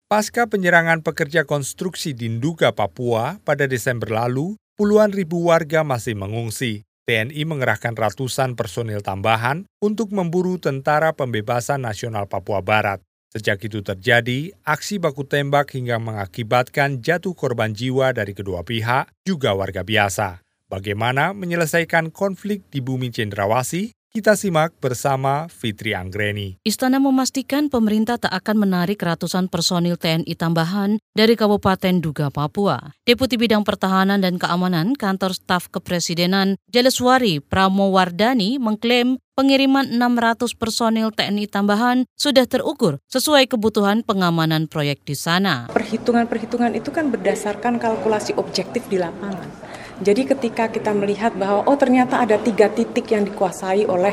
Pasca penyerangan pekerja konstruksi di Nduga, Papua pada Desember lalu, puluhan ribu warga masih mengungsi. TNI mengerahkan ratusan personil tambahan untuk memburu Tentara Pembebasan Nasional Papua Barat. Sejak itu terjadi, aksi baku tembak hingga mengakibatkan jatuh korban jiwa dari kedua pihak, juga warga biasa. Bagaimana menyelesaikan konflik di Bumi Cendrawasih? Kita simak bersama Fitri Anggreni. Istana memastikan pemerintah tak akan menarik ratusan personil TNI tambahan dari Kabupaten Nduga, Papua. Deputi Bidang Pertahanan dan Keamanan Kantor Staf Kepresidenan Jaleswari Pramowardani mengklaim pengiriman 600 personil TNI tambahan sudah terukur sesuai kebutuhan pengamanan proyek di sana. Perhitungan-perhitungan itu kan berdasarkan kalkulasi objektif di lapangan. Jadi ketika kita melihat bahwa ternyata ada 3 titik yang dikuasai oleh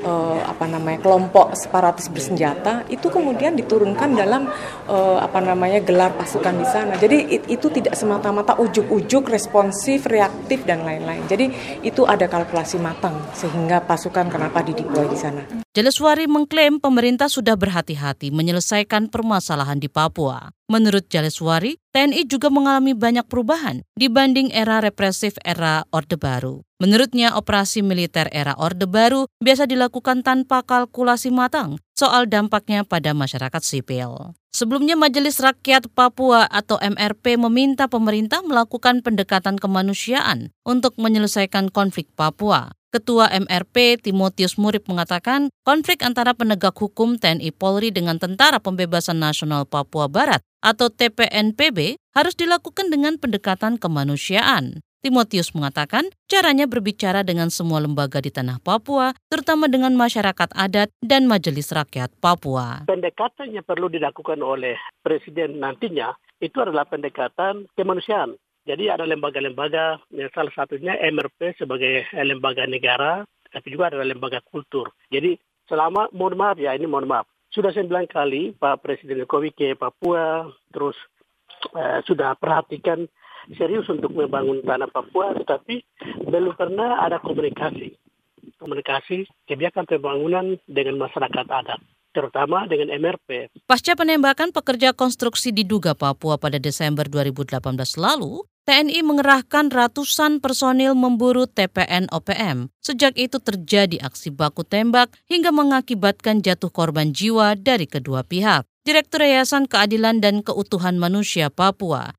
kelompok separatis bersenjata, itu kemudian diturunkan dalam gelar pasukan di sana. Jadi itu tidak semata-mata ujuk-ujuk, responsif, reaktif dan lain-lain. Jadi itu ada kalkulasi matang sehingga pasukan kenapa dideploy di sana. Jaleswari mengklaim pemerintah sudah berhati-hati menyelesaikan permasalahan di Papua. Menurut Jaleswari, TNI juga mengalami banyak perubahan dibanding era represif era Orde Baru. Menurutnya, operasi militer era Orde Baru biasa dilakukan tanpa kalkulasi matang soal dampaknya pada masyarakat sipil. Sebelumnya, Majelis Rakyat Papua atau MRP meminta pemerintah melakukan pendekatan kemanusiaan untuk menyelesaikan konflik Papua. Ketua MRP Timotius Murib mengatakan konflik antara penegak hukum TNI Polri dengan Tentara Pembebasan Nasional Papua Barat atau TPNPB harus dilakukan dengan pendekatan kemanusiaan. Timotius mengatakan caranya berbicara dengan semua lembaga di tanah Papua, terutama dengan masyarakat adat dan Majelis Rakyat Papua. Pendekatan yang perlu dilakukan oleh Presiden nantinya itu adalah pendekatan kemanusiaan. Jadi ada lembaga-lembaga, salah satunya MRP sebagai lembaga negara, tapi juga ada lembaga kultur. Jadi mohon maaf, sudah 9 kali Pak Presiden Jokowi ke Papua, terus sudah perhatikan serius untuk membangun tanah Papua, tetapi belum pernah ada komunikasi kebijakan pembangunan dengan masyarakat adat, terutama dengan MRP. Pasca penembakan pekerja konstruksi di Nduga, Papua pada Desember 2018 lalu, TNI mengerahkan ratusan personil memburu TPN-OPM. Sejak itu terjadi aksi baku tembak hingga mengakibatkan jatuh korban jiwa dari kedua pihak. Direktur Yayasan Keadilan dan Keutuhan Manusia Papua,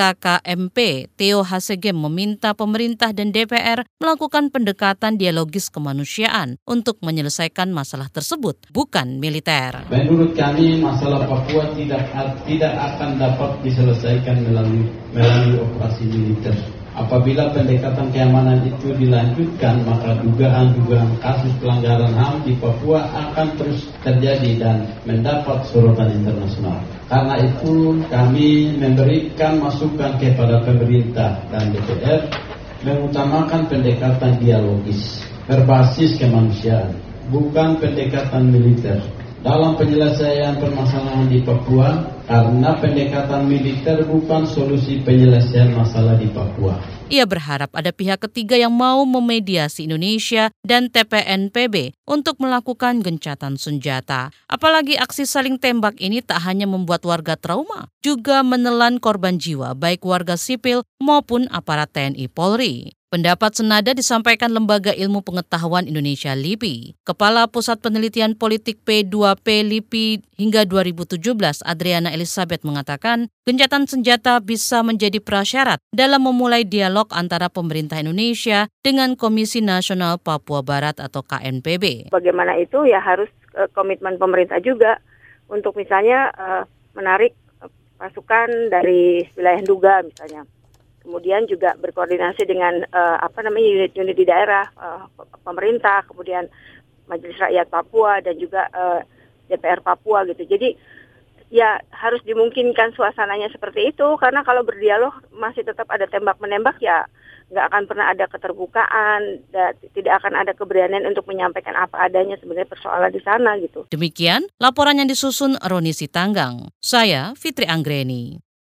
YKKMP, Theo Hasegem meminta pemerintah dan DPR melakukan pendekatan dialogis kemanusiaan untuk menyelesaikan masalah tersebut, bukan militer. Menurut kami, masalah Papua tidak akan dapat diselesaikan melalui operasi militer. Apabila pendekatan keamanan itu dilanjutkan, maka dugaan-dugaan kasus pelanggaran HAM di Papua akan terus terjadi dan mendapat sorotan internasional. Karena itu kami memberikan masukan kepada pemerintah dan DPR mengutamakan pendekatan dialogis berbasis kemanusiaan, bukan pendekatan militer dalam penyelesaian permasalahan di Papua, karena pendekatan militer bukan solusi penyelesaian masalah di Papua. Ia berharap ada pihak ketiga yang mau memediasi Indonesia dan TPNPB untuk melakukan gencatan senjata. Apalagi aksi saling tembak ini tak hanya membuat warga trauma, juga menelan korban jiwa baik warga sipil maupun aparat TNI Polri. Pendapat senada disampaikan Lembaga Ilmu Pengetahuan Indonesia LIPI. Kepala Pusat Penelitian Politik P2P LIPI hingga 2017, Adriana Elizabeth mengatakan, gencatan senjata bisa menjadi prasyarat dalam memulai dialog antara pemerintah Indonesia dengan Komisi Nasional Papua Barat atau KNPB. Bagaimana itu ya harus komitmen pemerintah juga untuk misalnya menarik pasukan dari wilayah Nduga misalnya. Kemudian juga berkoordinasi dengan unit-unit di daerah, pemerintah, kemudian Majelis Rakyat Papua dan juga DPR Papua gitu. Jadi ya harus dimungkinkan suasananya seperti itu, karena kalau berdialog masih tetap ada tembak-menembak ya nggak akan pernah ada keterbukaan, tidak akan ada keberanian untuk menyampaikan apa adanya sebenarnya persoalan di sana gitu. Demikian laporan yang disusun Roni Sitanggang. Saya Fitri Anggreni.